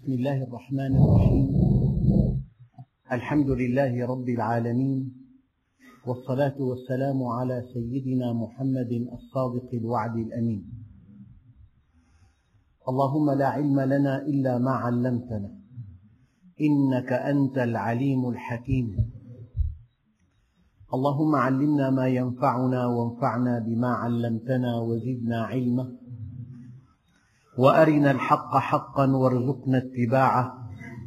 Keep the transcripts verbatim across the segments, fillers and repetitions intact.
بسم الله الرحمن الرحيم. الحمد لله رب العالمين، والصلاة والسلام على سيدنا محمد الصادق الوعد الأمين. اللهم لا علم لنا إلا ما علمتنا، إنك أنت العليم الحكيم. اللهم علمنا ما ينفعنا وانفعنا بما علمتنا وزدنا علما، وأرنا الحق حقا وارزقنا اتباعه،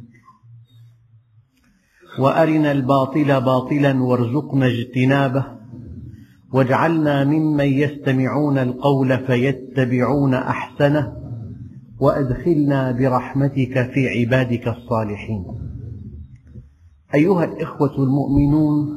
وأرنا الباطل باطلا وارزقنا اجتنابه، واجعلنا ممن يستمعون القول فيتبعون أحسنه، وأدخلنا برحمتك في عبادك الصالحين. أيها الإخوة المؤمنون،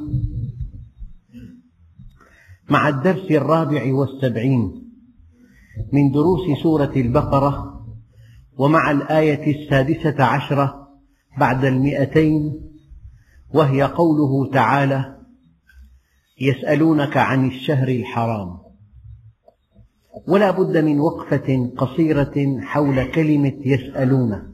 مع الدرس الرابع والسبعين من دروس سورة البقرة، ومع الآية السادسة عشرة بعد المئتين، وهي قوله تعالى: يسألونك عن الشهر الحرام. ولا بد من وقفة قصيرة حول كلمة يسألون.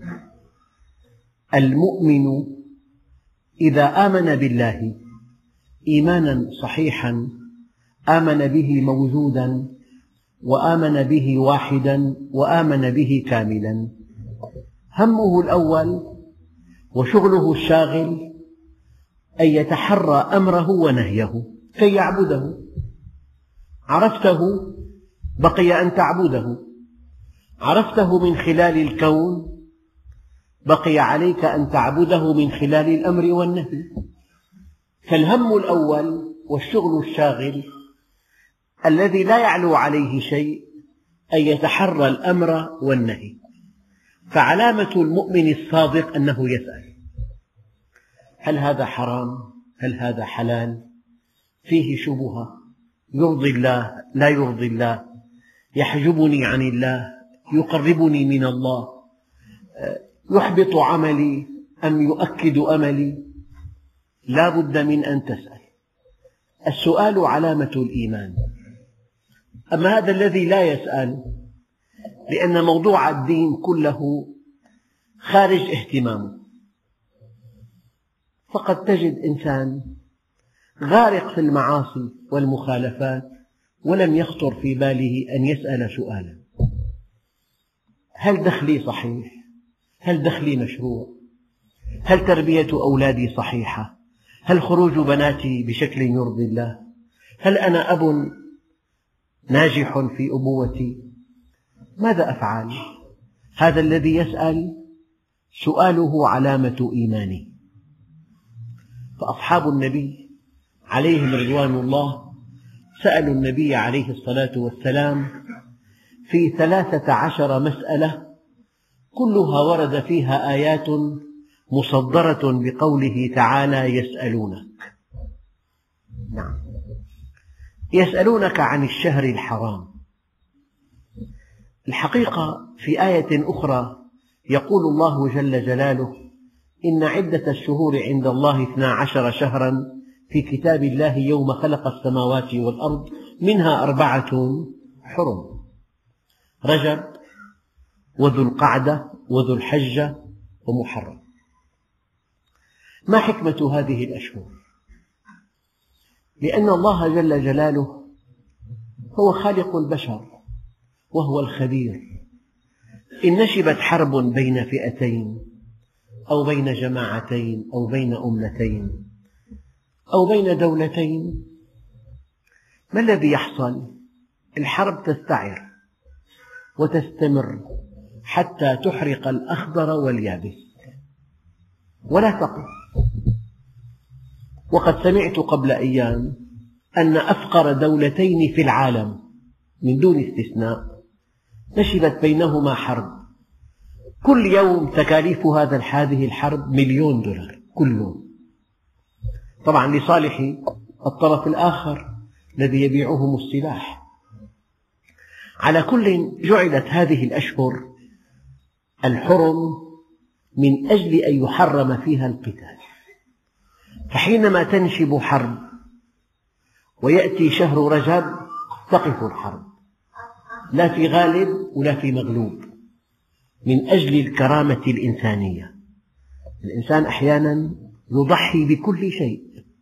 المؤمن إذا آمن بالله إيمانا صحيحا، آمن به موجودا، وآمن به واحدا، وآمن به كاملا، همه الأول وشغله الشاغل أن يتحرى أمره ونهيه كي يعبده. عرفته بقي أن تعبده، عرفته من خلال الكون بقي عليك أن تعبده من خلال الأمر والنهي. فالهم الأول والشغل الشاغل الذي لا يعلو عليه شيء أن يتحرى الأمر والنهي. فعلامة المؤمن الصادق أنه يسأل: هل هذا حرام؟ هل هذا حلال؟ فيه شبهة؟ يرضي الله؟ لا يرضي الله؟ يحجبني عن الله؟ يقربني من الله؟ يحبط عملي أم يؤكد أملي؟ لا بد من أن تسأل. السؤال علامة الإيمان. أما هذا الذي لا يسأل، لأن موضوع الدين كله خارج اهتمامه، فقد تجد إنسان غارق في المعاصي والمخالفات ولم يخطر في باله أن يسأل سؤالا: هل دخلي صحيح؟ هل دخلي مشروع؟ هل تربية أولادي صحيحة؟ هل خروج بناتي بشكل يرضي الله؟ هل أنا أب ناجح في أبوتي؟ ماذا أفعل؟ هذا الذي يسأل سؤاله علامة إيمانه. فأصحاب النبي عليهم رضوان الله سألوا النبي عليه الصلاة والسلام في ثلاثة عشر مسألة، كلها ورد فيها آيات مصدرة بقوله تعالى: يسألونك. نعم، يسألونك عن الشهر الحرام. الحقيقة في آية أخرى يقول الله جل جلاله: إن عدة الشهور عند الله اثنا عشر شهرا في كتاب الله يوم خلق السماوات والأرض منها أربعة حرم: رجب وذو القعدة وذو الحجة ومحرم. ما حكمة هذه الأشهر؟ لأن الله جل جلاله هو خالق البشر وهو الخبير. إن نشبت حرب بين فئتين أو بين جماعتين أو بين أمتين أو بين دولتين، ما الذي يحصل؟ الحرب تستعر وتستمر حتى تحرق الأخضر واليابس ولا تقف. وقد سمعت قبل أيام أن أفقر دولتين في العالم من دون استثناء نشبت بينهما حرب، كل يوم تكاليف هذا هذه الحرب مليون دولار كل يوم، طبعا لصالح الطرف الآخر الذي يبيعهم السلاح. على كل، جعلت هذه الأشهر الحرم من أجل أن يحرم فيها القتال. فحينما تنشب حرب ويأتي شهر رجب تقف الحرب، لا في غالب ولا في مغلوب، من أجل الكرامة الإنسانية. الإنسان أحيانا يضحي بكل شيء،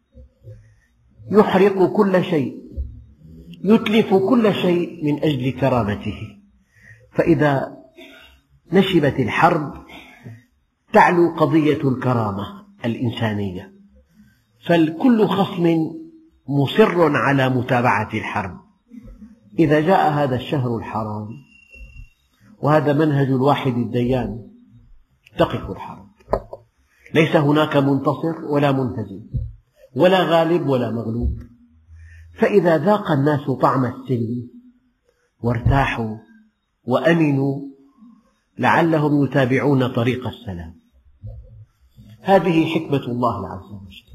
يحرق كل شيء، يتلف كل شيء من أجل كرامته، فإذا نشبت الحرب تعلو قضية الكرامة الإنسانية، فالكل خصم مصر على متابعة الحرب. إذا جاء هذا الشهر الحرام وهذا منهج الواحد الديان تقف الحرب، ليس هناك منتصر ولا منهزم ولا غالب ولا مغلوب. فإذا ذاق الناس طعم السلم وارتاحوا وأمنوا لعلهم يتابعون طريق السلام. هذه حكمة الله عز وجل.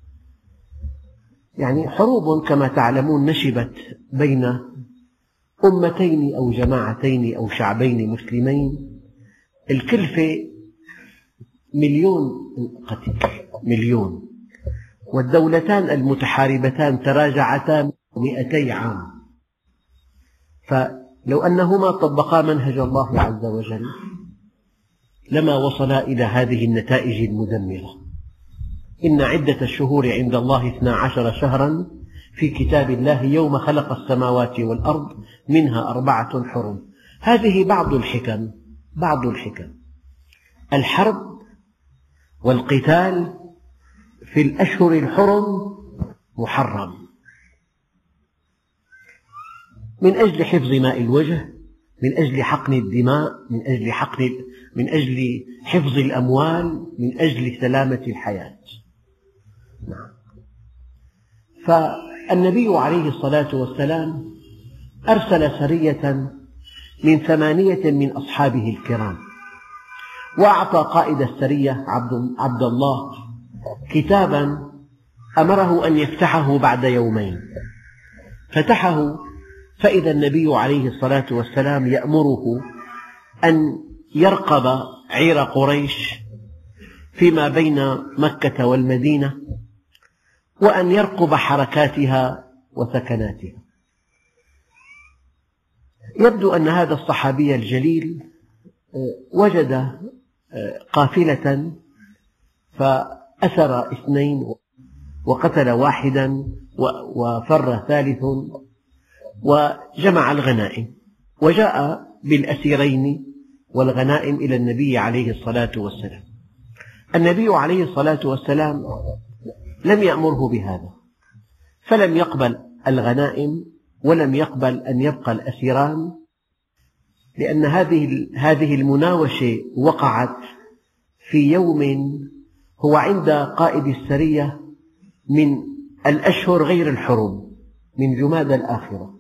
يعني حروب كما تعلمون نشبت بين أمتين أو جماعتين أو شعبين مسلمين، الكلفة مليون قتيل، مليون، والدولتان المتحاربتان تراجعتا مئتي عام. فلو أنهما طبقا منهج الله عز وجل لما وصلا إلى هذه النتائج المدمرة. إن عدة الشهور عند الله اثنا عشر شهرا في كتاب الله يوم خلق السماوات والأرض منها أربعة حرم. هذه بعض الحكم، بعض الحكم. الحرب والقتال في الأشهر الحرم محرم من أجل حفظ ماء الوجه، من أجل حقن الدماء، من أجل حقن من أجل حفظ الأموال، من أجل سلامة الحياة. نعم. فالنبي عليه الصلاة والسلام أرسل سرية من ثمانية من أصحابه الكرام، وأعطى قائد السرية عبد الله كتابا أمره أن يفتحه بعد يومين. فتحه فإذا النبي عليه الصلاة والسلام يأمره أن يرقب عير قريش فيما بين مكة والمدينة، وأن يرقب حركاتها وسكناتها. يبدو أن هذا الصحابي الجليل وجد قافلة فأسر اثنين وقتل واحدا وفر ثالث وجمع الغنائم، وجاء بالأسيرين والغنائم إلى النبي عليه الصلاة والسلام. النبي عليه الصلاة والسلام لم يأمره بهذا، فلم يقبل الغنائم ولم يقبل أن يبقى الأسيران، لأن هذه هذه المناوشة وقعت في يوم هو عند قائد السرية من الأشهر غير الحرم، من جمادى الآخرة،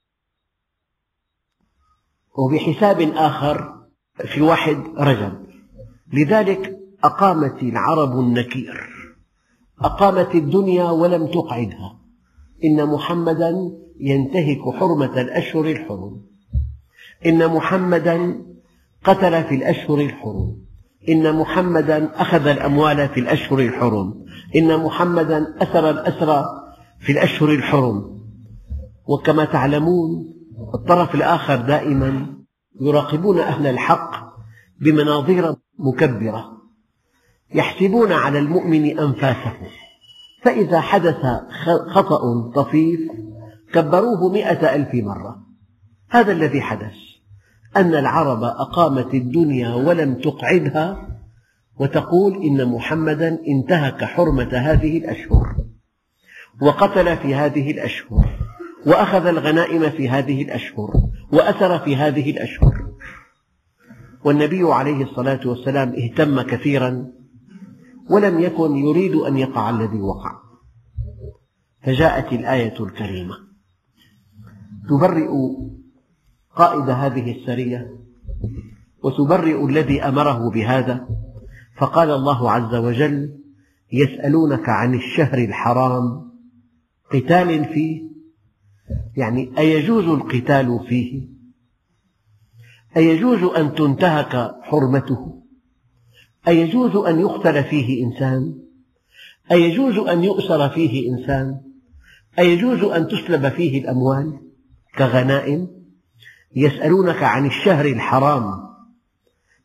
وبحساب آخر في واحد رجب. لذلك أقامت العرب النكير، أقامت الدنيا ولم تقعدها. إن محمدا ينتهك حرمة الأشهر الحرم، إن محمدا قتل في الأشهر الحرم، إن محمدا أخذ الأموال في الأشهر الحرم، إن محمدا أسر الأسرى في الأشهر الحرم. وكما تعلمون الطرف الآخر دائما يراقبون أهل الحق بمناظير مكبرة، يحسبون على المؤمن أنفاسه، فإذا حدث خطأ طفيف كبروه مئة ألف مرة. هذا الذي حدث، أن العرب أقامت الدنيا ولم تقعدها، وتقول إن محمدا انتهك حرمة هذه الأشهر، وقتل في هذه الأشهر، وأخذ الغنائم في هذه الأشهر، وأسر في هذه الأشهر. والنبي عليه الصلاة والسلام اهتم كثيرا ولم يكن يريد أن يقع الذي وقع. فجاءت الآية الكريمة تبرئ قائد هذه السرية وتبرئ الذي أمره بهذا. فقال الله عز وجل: يسألونك عن الشهر الحرام قتال فيه، يعني أيجوز القتال فيه؟ أيجوز أن تنتهك حرمته؟ أيجوز أن يقتل فيه إنسان؟ أيجوز أن يؤسر فيه إنسان؟ أيجوز أن تسلب فيه الأموال كغنائم؟ يسألونك عن الشهر الحرام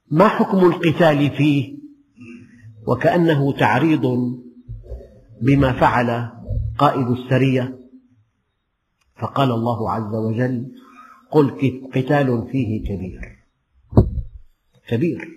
ما حكم القتال فيه؟ وكأنه تعريض بما فعل قائد السرية، فقال الله عز وجل: قل قتال فيه كبير. كبير.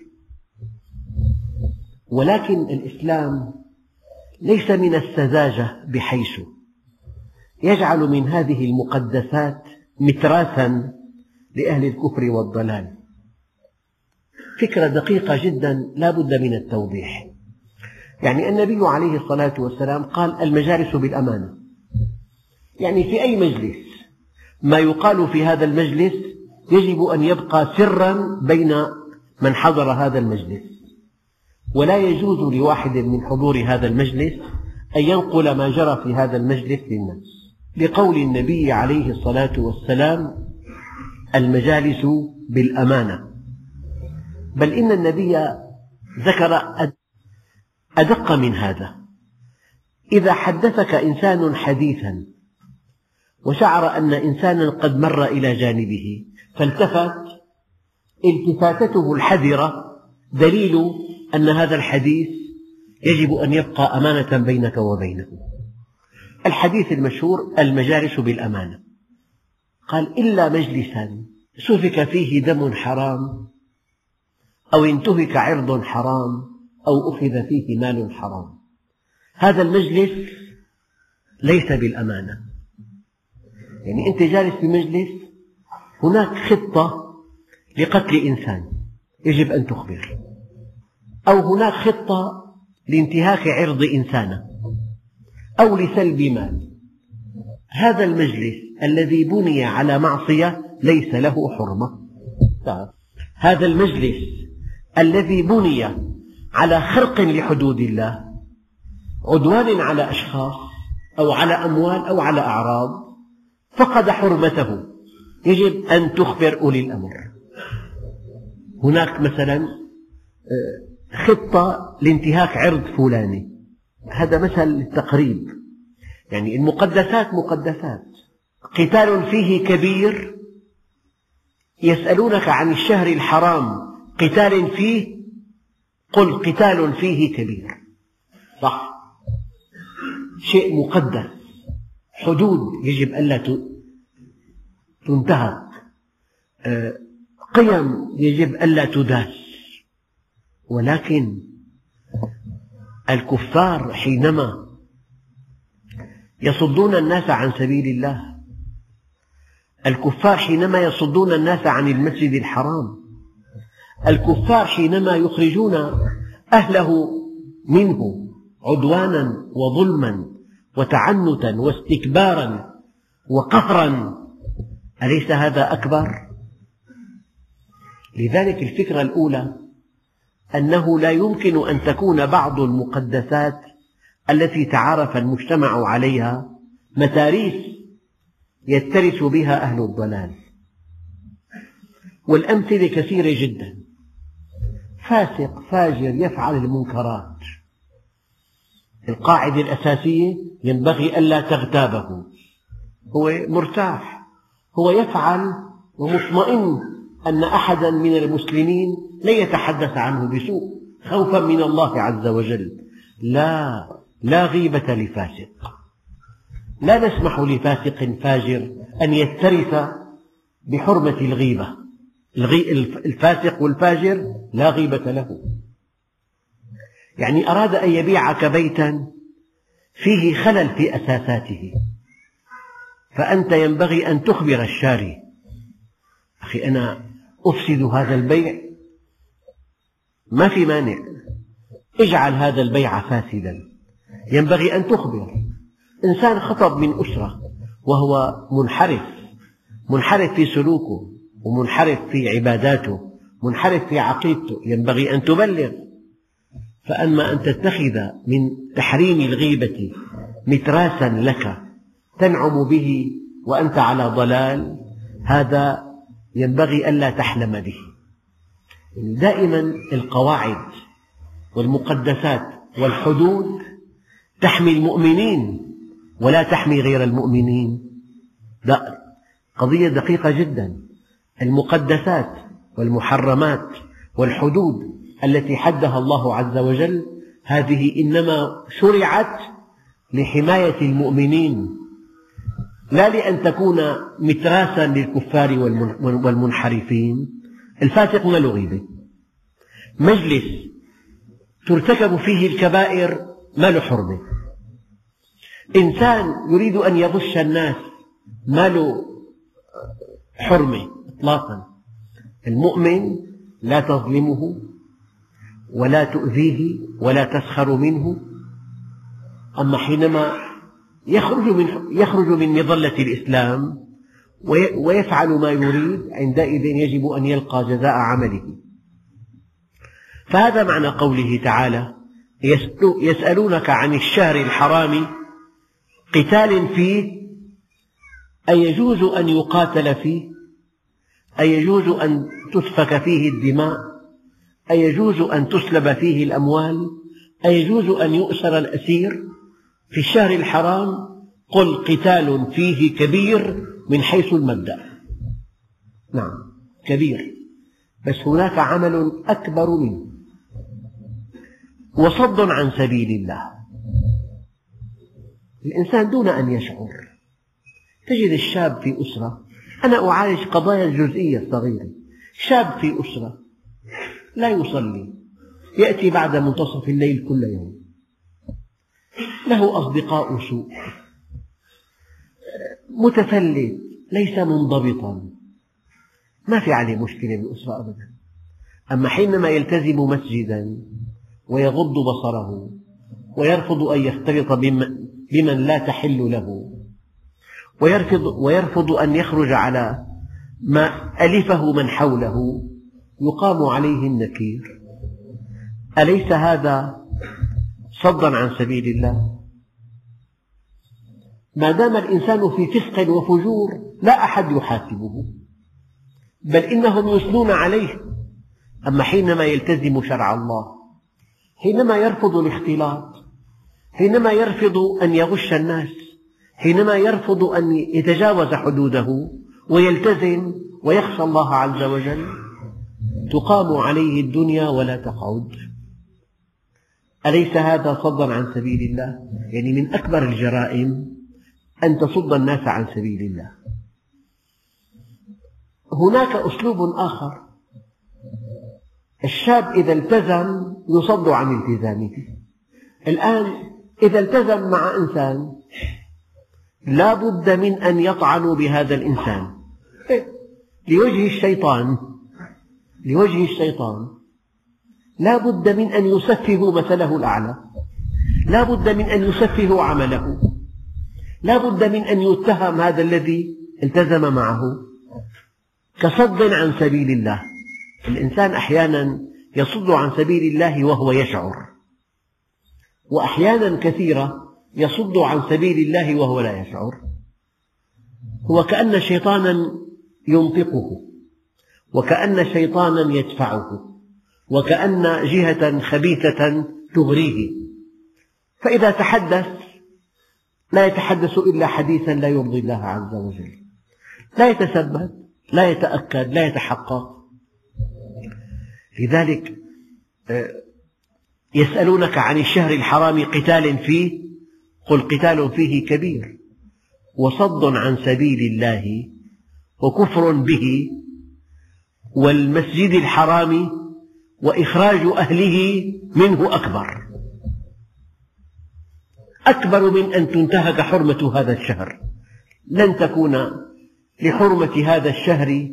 ولكن الإسلام ليس من السذاجة بحيث يجعل من هذه المقدسات متراثا لأهل الكفر والضلال. فكرة دقيقة جدا لا بد من التوضيح. يعني النبي عليه الصلاة والسلام قال: المجالس بالأمانة. يعني في أي مجلس ما يقال في هذا المجلس يجب أن يبقى سرا بين من حضر هذا المجلس، ولا يجوز لواحد من حضور هذا المجلس أن ينقل ما جرى في هذا المجلس للناس، لقول النبي عليه الصلاة والسلام: المجالس بالأمانة. بل إن النبي ذكر أدق من هذا: إذا حدثك إنسان حديثا وشعر أن إنسانا قد مر إلى جانبه فالتفت، التفاتته الحذرة دليل أن هذا الحديث يجب أن يبقى أمانة بينك وبينه. الحديث المشهور: المجالس بالأمانة. قال: إلا مجلسا سفك فيه دم حرام، أو انتهك عرض حرام، أو أخذ فيه مال حرام، هذا المجلس ليس بالأمانة. يعني أنت جالس في مجلس هناك خطة لقتل إنسان يجب أن تخبر، أو هناك خطة لانتهاك عرض إنسان، أو لسلب مال. هذا المجلس الذي بني على معصية ليس له حرمة. هذا المجلس الذي بني على خرق لحدود الله، عدوان على أشخاص أو على أموال أو على أعراض، فقد حرمته، يجب أن تخبر أولي الأمر. هناك مثلا خطة لانتهاك عرض فلاني، هذا مثل للتقريب. يعني المقدسات مقدسات. قتال فيه كبير، يسألونك عن الشهر الحرام قتال فيه، قل قتال فيه كبير. صح، شيء مقدس، حدود يجب ألا تنتهك، قيم يجب ألا تداس. ولكن الكفار حينما يصدون الناس عن سبيل الله، الكفار حينما يصدون الناس عن المسجد الحرام، الكفار حينما يخرجون أهله منه عدوانا وظلما وتعنتا واستكبارا وقهرا، أليس هذا أكبر؟ لذلك الفكرة الأولى أنه لا يمكن أن تكون بعض المقدسات التي تعارف المجتمع عليها متاريث يترث بها أهل الضلال. والأمثلة كثيرة جدا. فاسق فاجر يفعل المنكرات، القاعدة الأساسية ينبغي ألا تغتابه، هو مرتاح، هو يفعل ومطمئن أن أحدا من المسلمين لن يتحدث عنه بسوء خوفا من الله عز وجل. لا لا غيبة لفاسق، لا نسمح لفاسق فاجر أن يترث بحرمة الغيبة. الفاسق والفاجر لا غيبة له. يعني أراد أن يبيعك بيتا فيه خلل في أساساته، فأنت ينبغي أن تخبر الشاري: أخي أنا أفسد هذا البيع، ما في مانع، اجعل هذا البيع فاسدا. ينبغي أن تخبر. إنسان خطب من أسرة وهو منحرف، منحرف في سلوكه ومنحرف في عباداته، منحرف في عقيدته، ينبغي أن تبلغ. فأما أن تتخذ من تحريم الغيبة متراسا لك تنعم به وأنت على ضلال، هذا ينبغي ألا تحلم به. دائما القواعد والمقدسات والحدود تحمي المؤمنين ولا تحمي غير المؤمنين. قضية دقيقة جدا. المقدسات والمحرمات والحدود التي حدها الله عز وجل هذه إنما شرعت لحماية المؤمنين، لا لأن تكون متراسا للكفار والمنحرفين. الفاسق ما له غيبة، مجلس ترتكب فيه الكبائر ما له حرمة، إنسان يريد أن يغش الناس ما له حرمة إطلاقا. المؤمن لا تظلمه ولا تؤذيه ولا تسخر منه. أما حينما يخرج من يخرج من مظلة الإسلام ويفعل ما يريد، عندئذ يجب أن يلقى جزاء عمله. فهذا معنى قوله تعالى: يسألونك عن الشهر الحرام قتال فيه، أي يجوز أن يقاتل فيه، أي يجوز أن تسفك فيه الدماء، أي يجوز أن تسلب فيه الأموال، أي يجوز أن يؤسر الأسير في الشهر الحرام. قل قتال فيه كبير من حيث المبدأ، نعم كبير، بس هناك عمل أكبر منه، وصد عن سبيل الله. الإنسان دون أن يشعر تجد الشاب في أسرة، أنا أعالج قضايا الجزئية الصغيرة، شاب في أسرة لا يصلي، يأتي بعد منتصف الليل كل يوم، له أصدقاء سوء، متفلت، ليس منضبطا، ما في عليه مشكلة بالأسرة أبدا. أما حينما يلتزم مسجدا ويغض بصره ويرفض أن يختلط بمن لا تحل له، ويرفض, ويرفض أن يخرج على ما ألفه من حوله، يقام عليه النكير. أليس هذا صدا عن سبيل الله؟ ما دام الإنسان في فسق وفجور لا أحد يحاسبه، بل إنهم يثنون عليه. أما حينما يلتزم شرع الله، حينما يرفض الاختلاط، حينما يرفض أن يغش الناس، حينما يرفض أن يتجاوز حدوده ويلتزم ويخشى الله عز وجل، تقام عليه الدنيا ولا تقعد. أليس هذا صدا عن سبيل الله؟ يعني من أكبر الجرائم أن تصد الناس عن سبيل الله. هناك أسلوب آخر، الشاب إذا التزم يصد عن التزامه. الآن إذا التزم مع إنسان لا بد من أن يطعنوا بهذا الإنسان لوجه الشيطان، لوجه الشيطان لا بد من أن يسفهوا مثله الأعلى، لا بد من أن يسفهوا عمله، لا بد من أن يتهم هذا الذي التزم معه كصد عن سبيل الله. الإنسان أحيانا يصد عن سبيل الله وهو يشعر، وأحيانا كثيرة يصد عن سبيل الله وهو لا يشعر. هو كأن شيطانا ينطقه، وكأن شيطانا يدفعه، وكأن جهة خبيثة تغريه، فإذا تحدث لا يتحدث إلا حديثا لا يرضي الله عز وجل، لا يتثبت، لا يتأكد، لا يتحقق. لذلك يسألونك عن الشهر الحرام قتال فيه، قل قتال فيه كبير وصد عن سبيل الله وكفر به والمسجد الحرام وإخراج أهله منه أكبر، أكبر من أن تنتهك حرمة هذا الشهر. لن تكون لحرمة هذا الشهر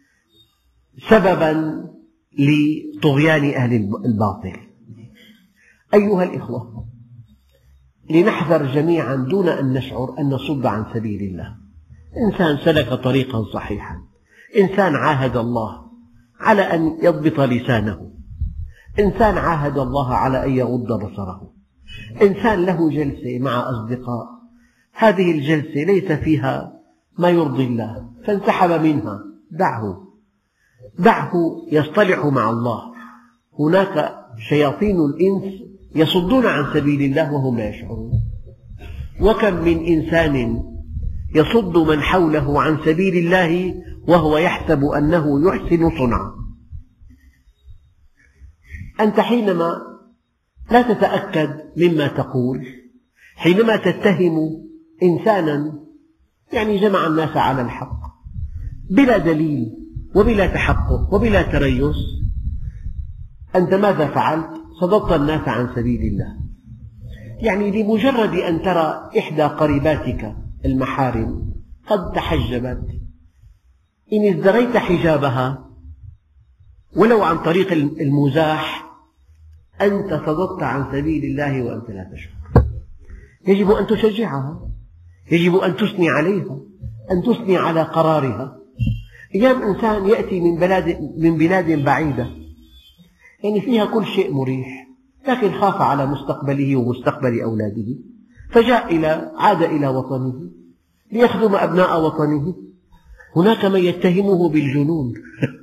سببا لطغيان أهل الباطل. أيها الإخوة، لنحذر جميعا دون أن نشعر أن نصد عن سبيل الله. إنسان سلك طريقا صحيحا، إنسان عاهد الله على أن يضبط لسانه، إنسان عاهد الله على أن يغض بصره، إنسان له جلسة مع أصدقاء، هذه الجلسة ليس فيها ما يرضي الله فانسحب منها، دعه دعه يصطلح مع الله. هناك شياطين الإنس يصدون عن سبيل الله وهم لا يشعرون. وكم من إنسان يصد من حوله عن سبيل الله وهو يحسب أنه يحسن صنعا. أنت حينما لا تتأكد مما تقول، حينما تتهم إنسانا يعني جمع الناس على الحق بلا دليل وبلا تحقق وبلا تريث، أنت ماذا فعلت؟ صددت الناس عن سبيل الله. يعني لمجرد أن ترى إحدى قريباتك المحارم قد تحجبت، إن ازدريت حجابها ولو عن طريق المزاح أنت صددت عن سبيل الله وأنت لا تشعر. يجب أن تشجعها، يجب أن تثني عليها، أن تثني على قرارها. أيام إنسان يأتي من بلاد, من بلاد بعيدة يعني فيها كل شيء مريح، لكن خاف على مستقبله ومستقبل أولاده، فجاء إلى عاد إلى وطنه ليخدم أبناء وطنه. هناك من يتهمه بالجنون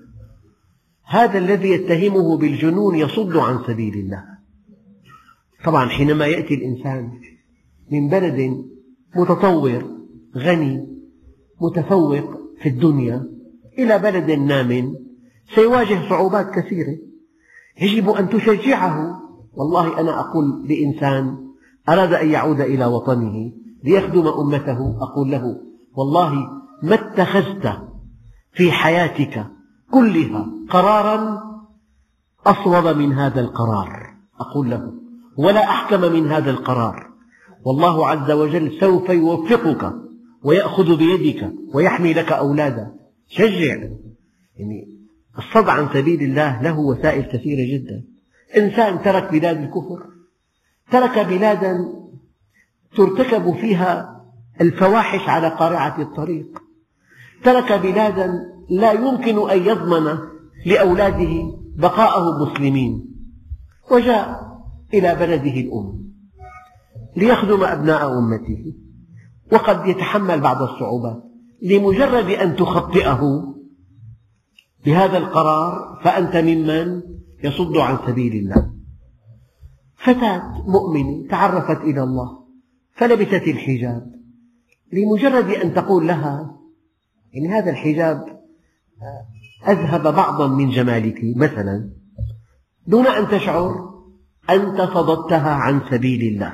هذا الذي يتهمه بالجنون يصد عن سبيل الله. طبعا حينما يأتي الإنسان من بلد متطور غني متفوق في الدنيا إلى بلد نام سيواجه صعوبات كثيرة، يجب أن تشجعه. والله أنا أقول لإنسان أراد أن يعود إلى وطنه ليخدم أمته، أقول له والله ما اتخذت في حياتك كلها قرارا أصوب من هذا القرار، أقول له ولا أحكم من هذا القرار. والله عز وجل سوف يوفقك ويأخذ بيدك ويحمي لك أولادا. شجع. يعني الصد عن سبيل الله له وسائل كثيرة جدا. إنسان ترك بلاد الكفر، ترك بلادا ترتكب فيها الفواحش على قارعة الطريق، ترك بلادا لا يمكن أن يضمن لأولاده بقاءه مسلمين، وجاء إلى بلده الأم ليخدم أبناء أمته، وقد يتحمل بعض الصعوبات. لمجرد أن تخطئه بهذا القرار فأنت ممن يصد عن سبيل الله. فتاة مؤمنة تعرفت إلى الله فلبست الحجاب، لمجرد أن تقول لها إن هذا الحجاب أذهب بعضا من جمالك مثلا، دون أن تشعر أنت صددتها عن سبيل الله.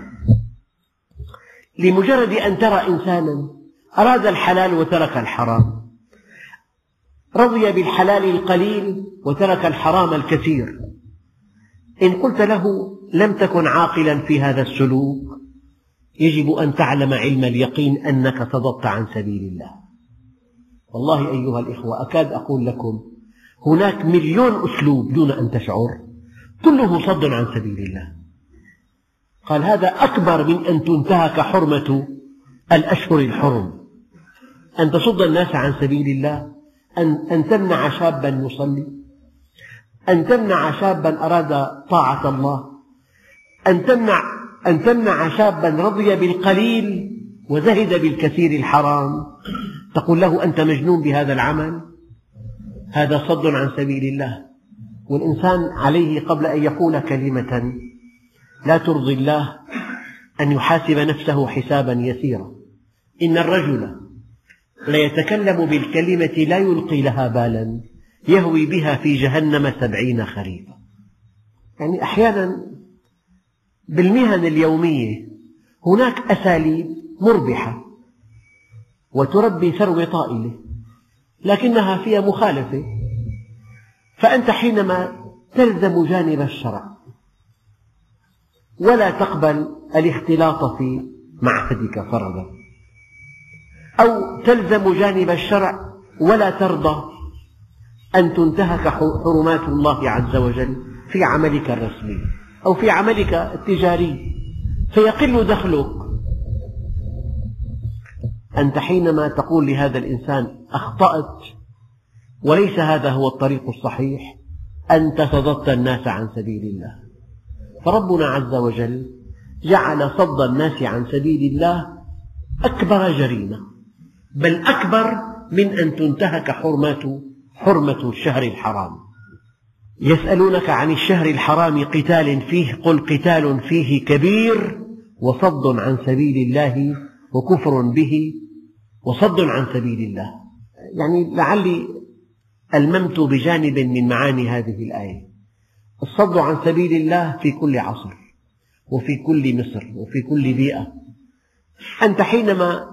لمجرد أن ترى إنسانا أراد الحلال وترك الحرام، رضي بالحلال القليل وترك الحرام الكثير، إن قلت له لم تكن عاقلا في هذا السلوك يجب أن تعلم علم اليقين أنك صددت عن سبيل الله. والله أيها الإخوة أكاد أقول لكم هناك مليون أسلوب دون أن تشعر كله صد عن سبيل الله. قال هذا أكبر من أن تنتهك حرمة الأشهر الحرم، أن تصد الناس عن سبيل الله، أن, أن تمنع شابا يصلي، أن تمنع شابا أراد طاعة الله، أن تمنع, أن تمنع شابا رضي بالقليل وزهد بالكثير الحرام، تقول له أنت مجنون بهذا العمل. هذا صد عن سبيل الله. والإنسان عليه قبل أن يقول كلمة لا ترضي الله أن يحاسب نفسه حسابا يسيرا. إن الرجل ليتكلم بالكلمة لا يلقي لها بالا يهوي بها في جهنم سبعين خريفا. يعني أحيانا بالمهن اليومية هناك أساليب مربحة وتربي ثروة طائلة لكنها فيها مخالفة، فأنت حينما تلزم جانب الشرع ولا تقبل الاختلاط في معهدك فرضا، أو تلزم جانب الشرع ولا ترضى أن تنتهك حرمات الله عز وجل في عملك الرسمي أو في عملك التجاري فيقل دخلك، أنت حينما تقول لهذا الإنسان أخطأت وليس هذا هو الطريق الصحيح أنت صددت الناس عن سبيل الله. فربنا عز وجل جعل صد الناس عن سبيل الله أكبر جريمة، بل أكبر من أن تنتهك حرمة حرمة الشهر الحرام. يسألونك عن الشهر الحرام قتال فيه قل قتال فيه كبير وصد عن سبيل الله وكفر به وصد عن سبيل الله. يعني لعلي ألممت بجانب من معاني هذه الآية. الصد عن سبيل الله في كل عصر وفي كل مصر وفي كل بيئة. أنت حينما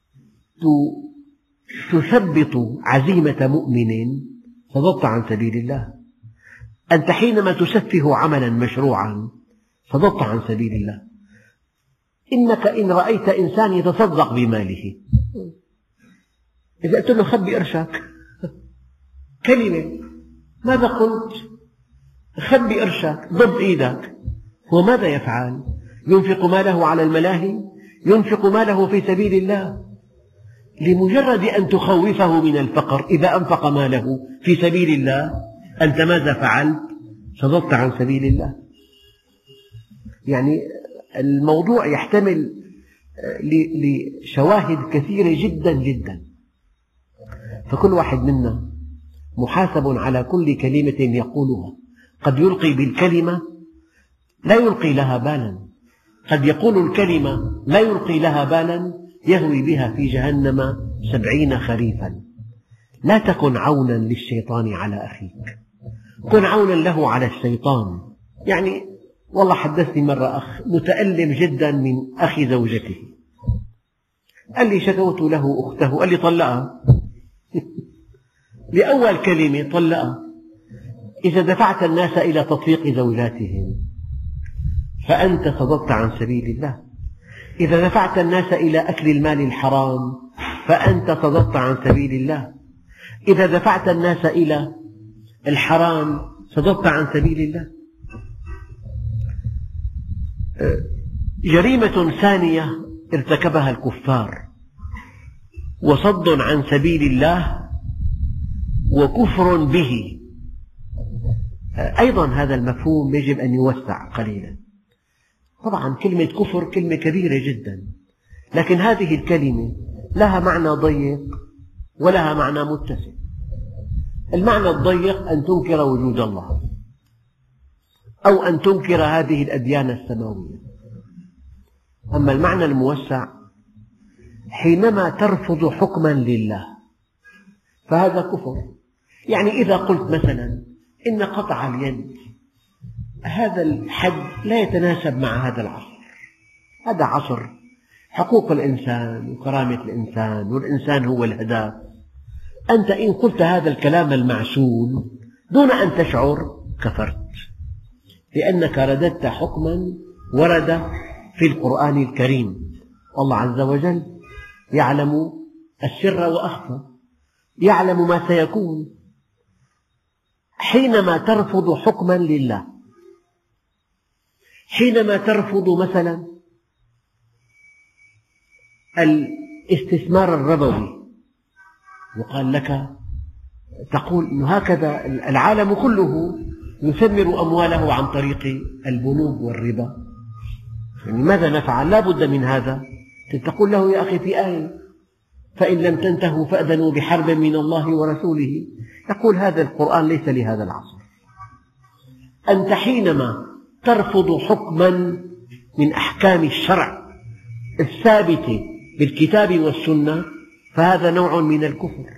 تثبط عزيمة مؤمن صددت عن سبيل الله. أنت حينما تسفه عملا مشروعا صددت عن سبيل الله. إنك إن رأيت إنسان يتصدق بماله، إذا قلت له خبي قرشك، كلمة، ماذا قلت؟ خبي قرشك، ضب إيدك. هو ماذا يفعل؟ ينفق ماله على الملاهي؟ ينفق ماله في سبيل الله لمجرد أن تخوفه من الفقر. إذا أنفق ماله في سبيل الله أنت ماذا فعلت؟ صددت عن سبيل الله. يعني الموضوع يحتمل لشواهد كثيرة جدا جدا، فكل واحد منا محاسب على كل كلمة يقولها. قد يلقي بالكلمة لا يلقي لها بالا، قد يقول الكلمة لا يلقي لها بالا يهوي بها في جهنم سبعين خريفا. لا تكن عونا للشيطان على أخيك، كن عونا له على الشيطان. يعني والله حدثني مرة أخ متألم جدا من أخي زوجته، قال لي شكوت له أخته، قال لي طلقها لأول كلمة طلقها. إذا دفعت الناس إلى تطليق زوجاتهم فأنت صددت عن سبيل الله. إذا دفعت الناس إلى أكل المال الحرام فأنت صددت عن سبيل الله. إذا دفعت الناس إلى الحرام صددت عن سبيل الله. جريمة ثانية ارتكبها الكفار وصد عن سبيل الله وكفر به. أيضا هذا المفهوم يجب أن يوسع قليلا. طبعا كلمة كفر كلمة كبيرة جدا، لكن هذه الكلمة لها معنى ضيق ولها معنى متسع. المعنى الضيق أن تنكر وجود الله أو أن تنكر هذه الأديان السماوية. أما المعنى الموسع حينما ترفض حكما لله فهذا كفر. يعني إذا قلت مثلا إن قطع اليد هذا الحد لا يتناسب مع هذا العصر، هذا عصر حقوق الإنسان وكرامة الإنسان والإنسان هو الهداف. أنت إن قلت هذا الكلام المعسول دون أن تشعر كفرت، لأنك رددت حكما ورد في القرآن الكريم. والله عز وجل يعلم السر وأخفى، يعلم ما سيكون. حينما ترفض حكما لله، حينما ترفض مثلا الاستثمار الربوي، يقال لك تقول إنه هكذا العالم كله يثمر أمواله عن طريق البنوك والربا، يعني ماذا نفعل؟ لا بد من هذا. تقول له يا أخي في آية فإن لم تنتهوا فأذنوا بحرب من الله ورسوله. يقول هذا القرآن ليس لهذا العصر. أنت حينما ترفض حكما من أحكام الشرع الثابتة بالكتاب والسنة فهذا نوع من الكفر.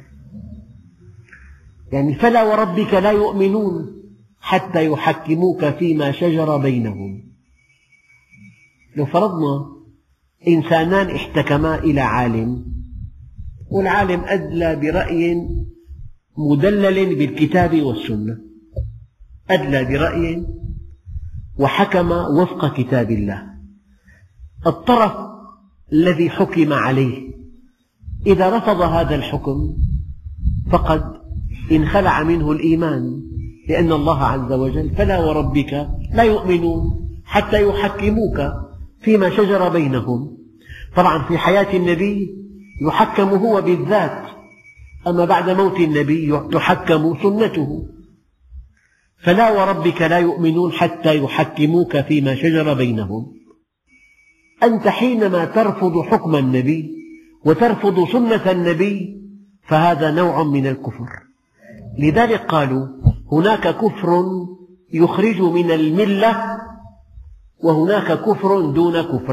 يعني فلا وربك لا يؤمنون حتى يحكموك فيما شجر بينهم. لو فرضنا إنسانان احتكما إلى عالم والعالم أدلى برأي مدلل بالكتاب والسنة، أدلى برأي وحكم وفق كتاب الله، الطرف الذي حكم عليه إذا رفض هذا الحكم فقد انخلع منه الإيمان، لأن الله عز وجل فلا وربك لا يؤمنون حتى يحكموك فيما شجر بينهم. طبعا في حياة النبي يحكم هو بالذات، أما بعد موت النبي تحكم سنته. فلا وربك لا يؤمنون حتى يحكموك فيما شجر بينهم. أنت حينما ترفض حكم النبي وترفض سنة النبي فهذا نوع من الكفر. لذلك قالوا هناك كفر يخرج من الملة وهناك كفر دون كفر.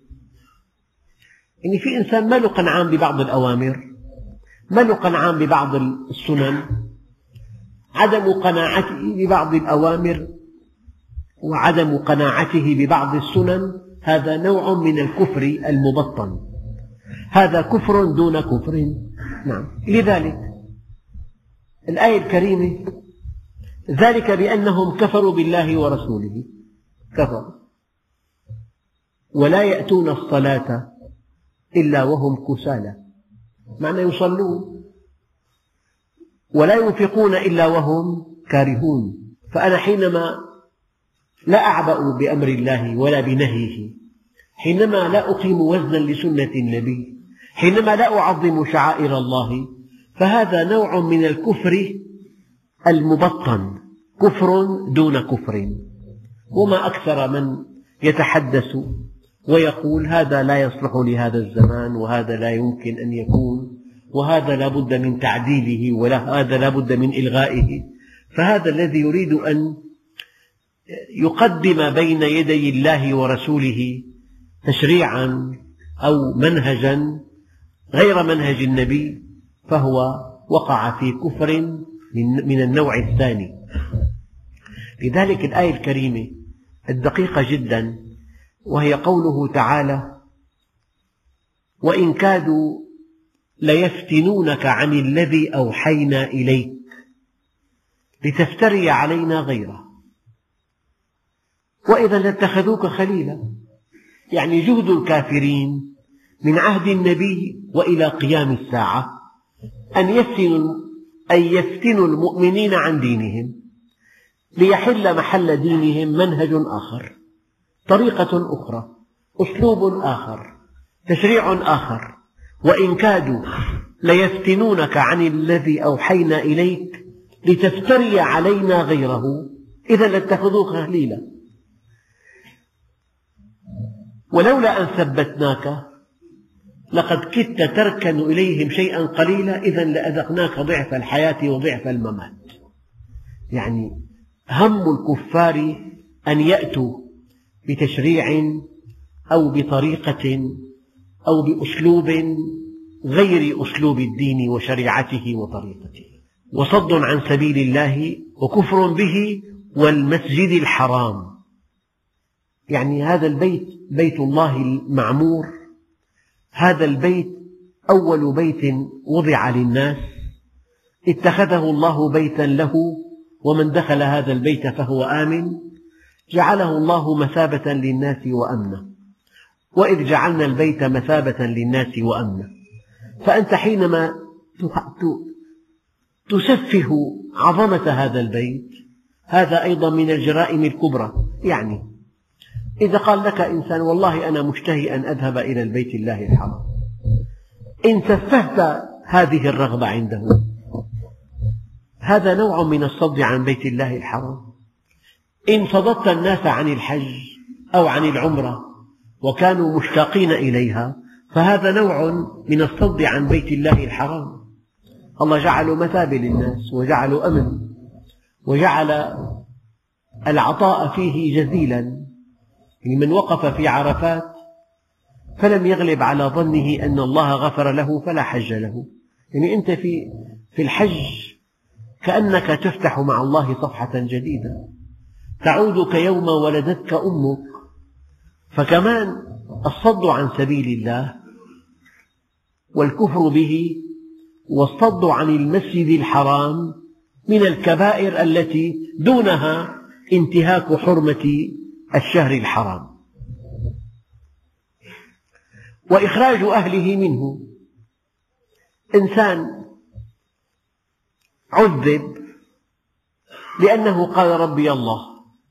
يعني في إنسان ما له قنعان ببعض الأوامر، ما له قنعان ببعض السنن، عدم قناعته ببعض الأوامر وعدم قناعته ببعض السنن هذا نوع من الكفر المبطن، هذا كفر دون كفر. نعم. لذلك الآية الكريمة ذلك بأنهم كفروا بالله ورسوله، كفروا ولا يأتون الصلاة إلا وهم كسالى، معنى يصلون، ولا ينفقون إلا وهم كارهون. فأنا حينما لا أعبأ بأمر الله ولا بنهيه، حينما لا أقيم وزنا لسنة النبي، حينما لا أعظم شعائر الله، فهذا نوع من الكفر المبطن، كفر دون كفر. وما أكثر من يتحدث ويقول هذا لا يصلح لهذا الزمان، وهذا لا يمكن أن يكون، وهذا لا بد من تعديله، وهذا لا بد من إلغائه. فهذا الذي يريد أن يقدم بين يدي الله ورسوله تشريعا أو منهجا غير منهج النبي، فهو وقع في كفر من النوع الثاني. لذلك الآية الكريمة الدقيقة جدا، وهي قوله تعالى: وإن كادوا ليفتنونك عن الذي أوحينا إليك لتفتري علينا غيره وإذا لاتخذوك خليلا. يعني جهد الكافرين من عهد النبي وإلى قيام الساعة أن يفتنوا, أن يفتنوا المؤمنين عن دينهم، ليحل محل دينهم منهج آخر، طريقة أخرى، أسلوب آخر، تشريع آخر. وإن كادوا ليفتنونك عن الذي أوحينا إليك لتفتري علينا غيره إذا لاتخذوك خليلا. ولولا أن ثبتناك لقد كدت تركن إليهم شيئا قليلا إذا لأذقناك ضعف الحياة وضعف الممات. يعني هم الكفار أن يأتوا بتشريع أو بطريقة أو بأسلوب غير أسلوب الدين وشريعته وطريقته، وصد عن سبيل الله وكفر به والمسجد الحرام. يعني هذا البيت بيت الله المعمور، هذا البيت أول بيت وضع للناس، اتخذه الله بيتا له، ومن دخل هذا البيت فهو آمن، جعله الله مثابة للناس وأمنا. وإذ جعلنا البيت مثابة للناس وأمنا، فأنت حينما تسفه عظمة هذا البيت هذا أيضا من الجرائم الكبرى. يعني إذا قال لك إنسان والله أنا مشتهي أن أذهب إلى البيت الله الحرام، إن سفهت هذه الرغبة عنده هذا نوع من الصد عن بيت الله الحرام. إن صددت الناس عن الحج أو عن العمرة وكانوا مشتاقين إليها فهذا نوع من الصد عن بيت الله الحرام. الله جعله مثابة للناس، وجعله أمن، وجعل العطاء فيه جزيلا. يعني من وقف في عرفات فلم يغلب على ظنه أن الله غفر له فلا حج له. يعني أنت في في الحج كأنك تفتح مع الله صفحة جديدة، تعود كيوم ولدتك أمك. فكمان الصد عن سبيل الله والكفر به والصد عن المسجد الحرام من الكبائر التي دونها انتهاك حرمة الشهر الحرام، وإخراج أهله منه. إنسان عذب لأنه قال ربي الله،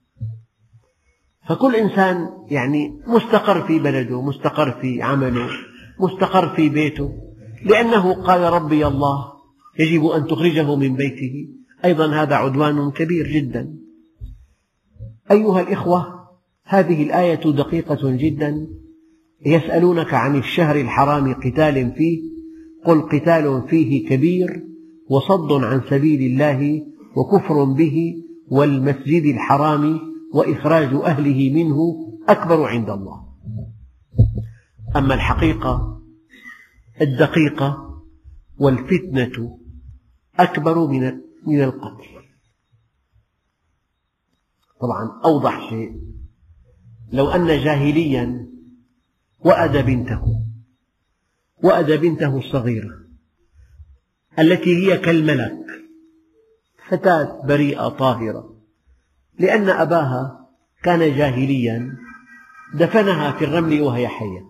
فكل إنسان يعني مستقر في بلده، مستقر في عمله، مستقر في بيته، لأنه قال ربي الله يجب أن تخرجه من بيته. أيضا هذا عدوان كبير جدا. أيها الإخوة، هذه الآية دقيقة جدا. يسألونك عن الشهر الحرام قتال فيه، قل قتال فيه كبير وصد عن سبيل الله وكفر به والمسجد الحرام وإخراج أهله منه أكبر عند الله. أما الحقيقة الدقيقة والفتنة أكبر من من القتل. طبعا أوضح شيء لو أن جاهليا وأد بنته وأد بنته الصغيرة التي هي كالملك، فتاة بريئة طاهرة، لأن أباها كان جاهليا دفنها في الرمل وهي حية.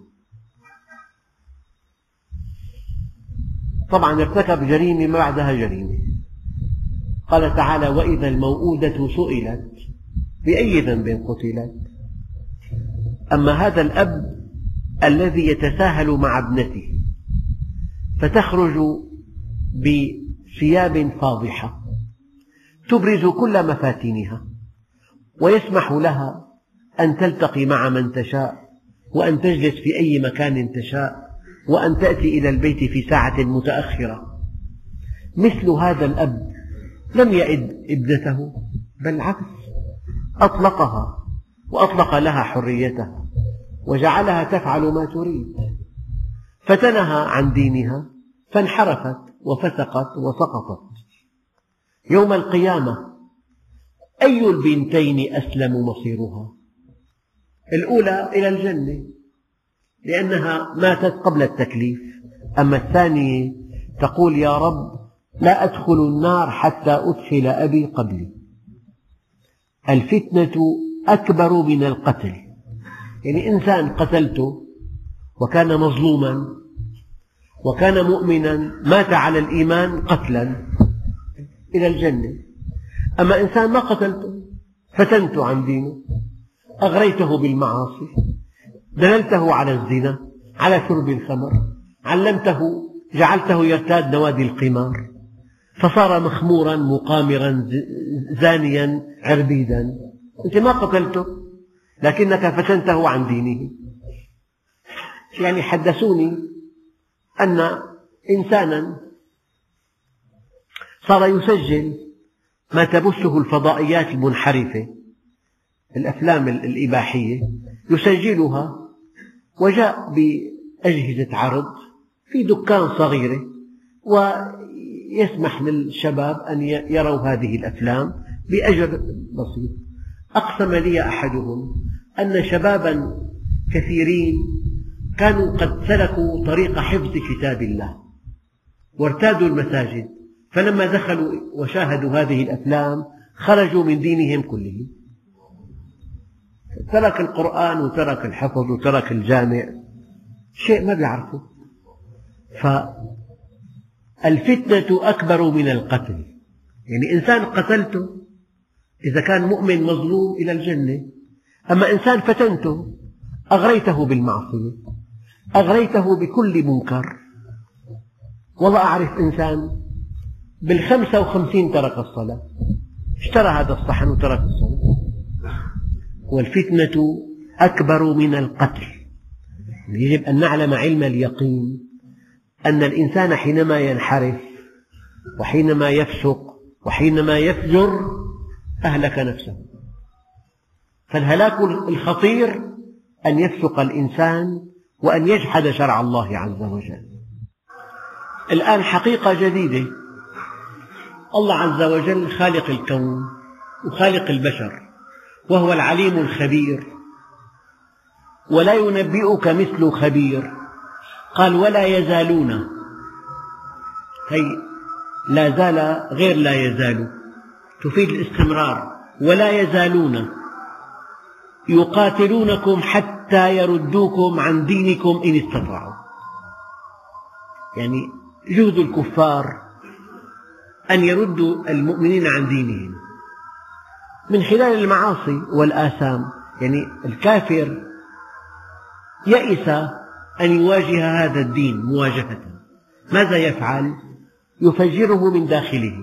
طبعا ارتكب جريمة ما بعدها جريمة. قال تعالى: وإذا الموءودة سئلت بأي ذنب قتلت. أما هذا الأب الذي يتساهل مع ابنته فتخرج بثياب فاضحة تبرز كل مفاتنها، ويسمح لها أن تلتقي مع من تشاء، وأن تجلس في أي مكان تشاء، وأن تأتي إلى البيت في ساعة متأخرة. مثل هذا الأب لم يئد ابنته، بل العكس، أطلقها وأطلق لها حريتها وجعلها تفعل ما تريد، فتنها عن دينها فانحرفت وفسقت وسقطت. يوم القيامة أي البنتين أسلم مصيرها؟ الأولى إلى الجنة لأنها ماتت قبل التكليف، أما الثانية تقول: يا رب لا أدخل النار حتى أدخل أبي قبلي. الفتنة أكبر من القتل، يعني إنسان قتلته وكان مظلوما وكان مؤمنا مات على الإيمان قتلا إلى الجنة. أما إنسان ما قتلته، فتنته عن دينه، أغريته بالمعاصي، دللته على الزنا، على شرب الخمر، علمته، جعلته يرتاد نوادي القمار، فصار مخمورا مقامرا زانيا عربيدا. أنت ما قتلته لكنك فتنته عن دينه. يعني حدثوني أن إنسانا صار يسجل ما تبثه الفضائيات المنحرفة، الأفلام الإباحية يسجلها، وجاء بأجهزة عرض في دكان صغيرة ويسمح للشباب أن يروا هذه الأفلام بأجر بسيط. أقسم لي أحدهم أن شبابا كثيرين كانوا قد سلكوا طريق حفظ كتاب الله وارتادوا المساجد، فلما دخلوا وشاهدوا هذه الأفلام خرجوا من دينهم كله. ترك القرآن وترك الحفظ وترك الجامع، شيء ما بيعرفه. فالفتنة أكبر من القتل، يعني إنسان قتلته إذا كان مؤمن مظلوم إلى الجنة، أما إنسان فتنته أغريته بالمعصية، أغريته بكل منكر. والله أعرف إنسان بالخمسة وخمسين ترك الصلاة، اشترى هذا الصحن وترك الصلاة. والفتنة أكبر من القتل. يجب أن نعلم علم اليقين أن الإنسان حينما ينحرف وحينما يفسق وحينما يفجر أهلك نفسه. فالهلاك الخطير أن يفسق الإنسان وأن يجحد شرع الله عز وجل. الآن حقيقة جديدة، الله عز وجل خالق الكون وخالق البشر، وهو العليم الخبير، ولا ينبئك مثل خبير. قال: ولا يزالون، هي لا زال غير لا يزال، تفيد الاستمرار. ولا يزالون يقاتلونكم حتى يردوكم عن دينكم إن استطاعوا. يعني جهد الكفار أن يردوا المؤمنين عن دينهم من خلال المعاصي والآثام. يعني الكافر يئس أن يواجه هذا الدين مواجهة، ماذا يفعل؟ يفجره من داخله،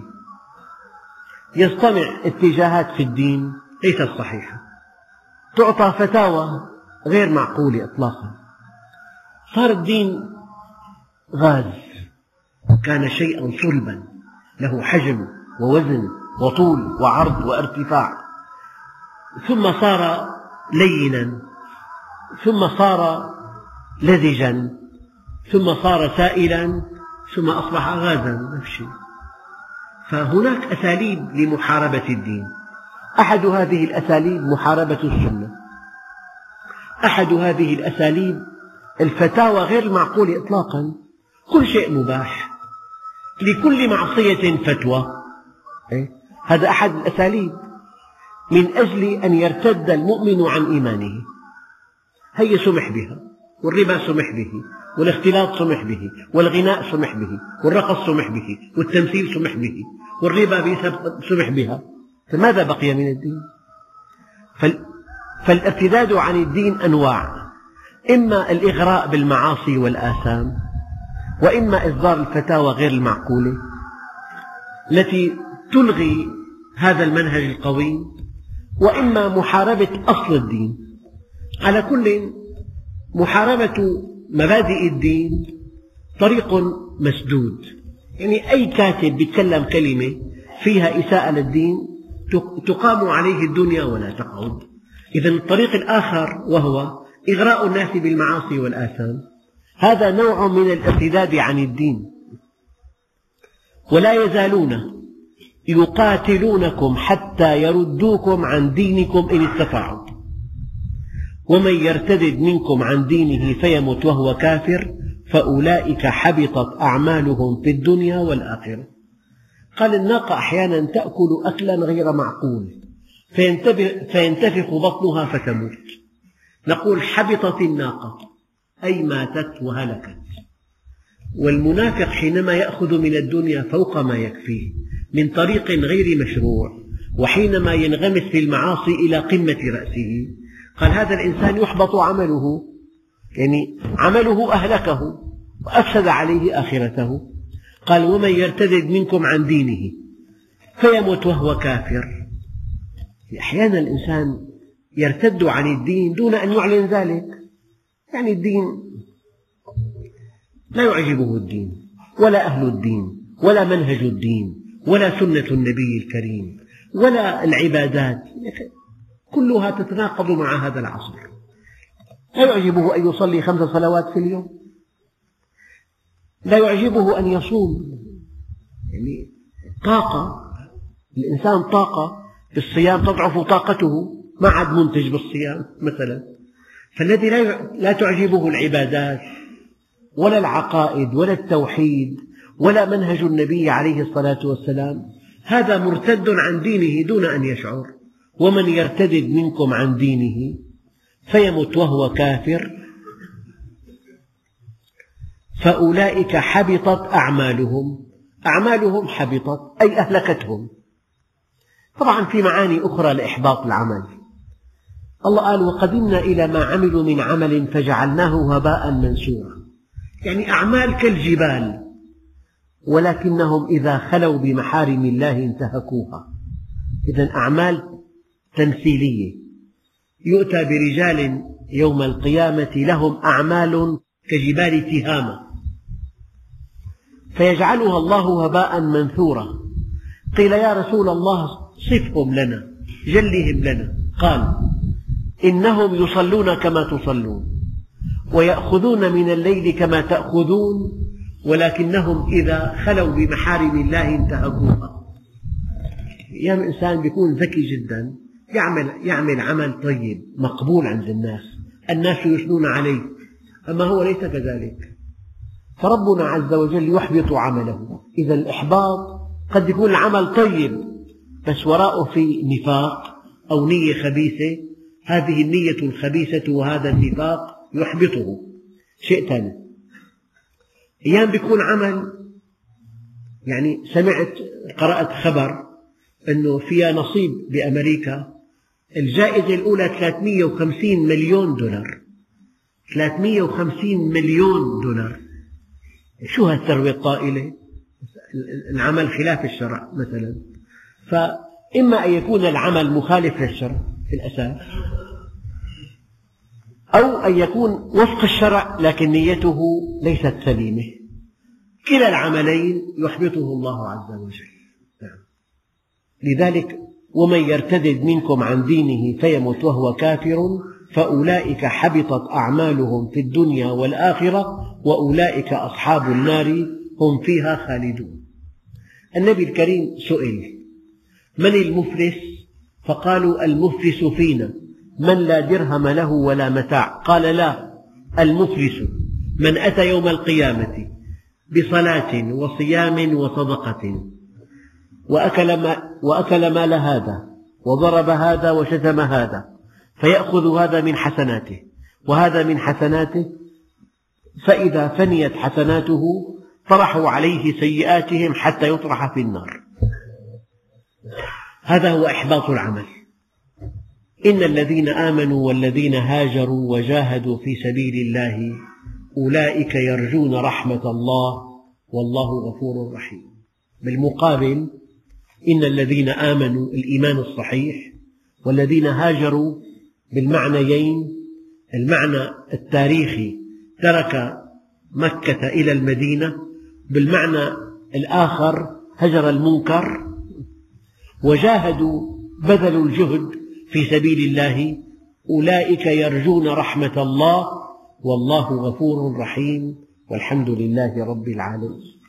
يصطنع اتجاهات في الدين ليست صحيحة، تعطى فتاوى غير معقولة إطلاقا. صار الدين غاز، كان شيئا صلبا له حجم ووزن وطول وعرض وارتفاع، ثم صار لينا، ثم صار لزجا، ثم صار سائلا، ثم أصبح غازا نفسي. فهناك أساليب لمحاربة الدين، أحد هذه الأساليب محاربة السنة، أحد هذه الأساليب الفتاوى غير المعقولة إطلاقا. كل شيء مباح، لكل معصية فتوى، هذا أحد الأساليب من أجل أن يرتد المؤمن عن إيمانه. هي سمح بها، والربا سمح به، والاختلاط سمح به، والغناء سمح به، والرقص سمح به، والتمثيل سمح به، والربا سمح بها، فماذا بقي من الدين؟ فالارتداد عن الدين أنواع، إما الإغراء بالمعاصي والآثام، وإما إصدار الفتاوى غير المعقولة التي تلغي هذا المنهج القويم، وإما محاربة أصل الدين. على كل، محاربة مبادئ الدين طريق مسدود، يعني أي كاتب يتكلم كلمة فيها إساءة للدين تقام عليه الدنيا ولا تقعد. إذن الطريق الآخر وهو إغراء الناس بالمعاصي والآثام، هذا نوع من الارتداد عن الدين. ولا يزالون يقاتلونكم حتى يردوكم عن دينكم إن استطاعوا ومن يرتد منكم عن دينه فيمت وهو كافر فأولئك حبطت أعمالهم في الدنيا والآخرة. قال الناقة أحيانا تأكل أكلا غير معقول فينتفخ بطنها فتموت، نقول حبطت الناقة أي ماتت وهلكت. والمنافق حينما يأخذ من الدنيا فوق ما يكفيه من طريق غير مشروع، وحينما ينغمس في المعاصي إلى قمة رأسه، قال هذا الإنسان يحبط عمله، يعني عمله أهلكه وأفسد عليه آخرته. قال ومن يرتد منكم عن دينه فيمت وهو كافر. أحيانا الإنسان يرتد عن الدين دون أن يعلن ذلك، يعني الدين لا يعجبه الدين ولا أهل الدين ولا منهج الدين ولا سنة النبي الكريم ولا العبادات، كلها تتناقض مع هذا العصر. لا يعجبه أن يصلي خمس صلوات في اليوم، لا يعجبه أن يصوم، يعني طاقة، الإنسان طاقة، بالصيام تضعف طاقته، ما عاد منتج بالصيام مثلا. فالذي لا تعجبه العبادات ولا العقائد ولا التوحيد ولا منهج النبي عليه الصلاة والسلام، هذا مرتد عن دينه دون أن يشعر. ومن يرتد منكم عن دينه فيمت وهو كافر فأولئك حبطت أعمالهم، أعمالهم حبطت أي أهلكتهم. طبعا في معاني أخرى لإحباط العمل. الله قال وقدمنا إلى ما عملوا من عمل فجعلناه هباء منثورا، يعني أعمال كالجبال، ولكنهم إذا خلوا بمحارم الله انتهكوها. إذن أعمال تمثيلية. يؤتى برجال يوم القيامة لهم أعمال كجبال تهامة فيجعلها الله هباء منثورا. قيل يا رسول الله صفهم لنا، جلهم لنا. قال إنهم يصلون كما تصلون ويأخذون من الليل كما تأخذون ولكنهم إذا خلوا بمحارم الله انتهكوها. أيام إنسان بيكون ذكي جدا يعمل, يعمل عمل طيب مقبول عند الناس، الناس يثنون عليه، أما هو ليس كذلك، فربنا عز وجل يحبط عمله. إذا الإحباط قد يكون العمل طيب بس وراءه في نفاق أو نية خبيثة، هذه النية الخبيثة وهذا النفاق يحبطه. شيء ثاني، أيام بيكون عمل، يعني سمعت قرأت خبر أنه فيها نصيب بأمريكا الجائزة الأولى ثلاثمئة وخمسين مليون دولار، ثلاثمئة وخمسين مليون دولار. شو هالثروة الطائلة؟ العمل خلاف الشرع مثلا. فإما أن يكون العمل مخالف للشرع في الأساس، أو أن يكون وفق الشرع لكن نيته ليست سليمة. كلا العملين يحبطه الله عز وجل. لذلك ومن يرتد منكم عن دينه فيمت وهو كافر فأولئك حبطت أعمالهم في الدنيا والآخرة وأولئك أصحاب النار هم فيها خالدون. النبي الكريم سئل من المفلس؟ فقالوا المفلس فينا من لا درهم له ولا متاع. قال لا، المفلس من أتى يوم القيامة بصلاة وصيام وصدقة وأكل, ما وأكل مال هذا وضرب هذا وشتم هذا، فيأخذ هذا من حسناته وهذا من حسناته، فإذا فنيت حسناته طرحوا عليه سيئاتهم حتى يطرح في النار. هذا هو إحباط العمل. إن الذين آمنوا والذين هاجروا وجاهدوا في سبيل الله أولئك يرجون رحمة الله والله غفور رحيم. بالمقابل إن الذين آمنوا الإيمان الصحيح والذين هاجروا بالمعنيين، المعنى التاريخي ترك مكة إلى المدينة، بالمعنى الآخر هجر المنكر، وجاهدوا بذلوا الجهد في سبيل الله، أولئك يرجون رحمة الله والله غفور رحيم، والحمد لله رب العالمين.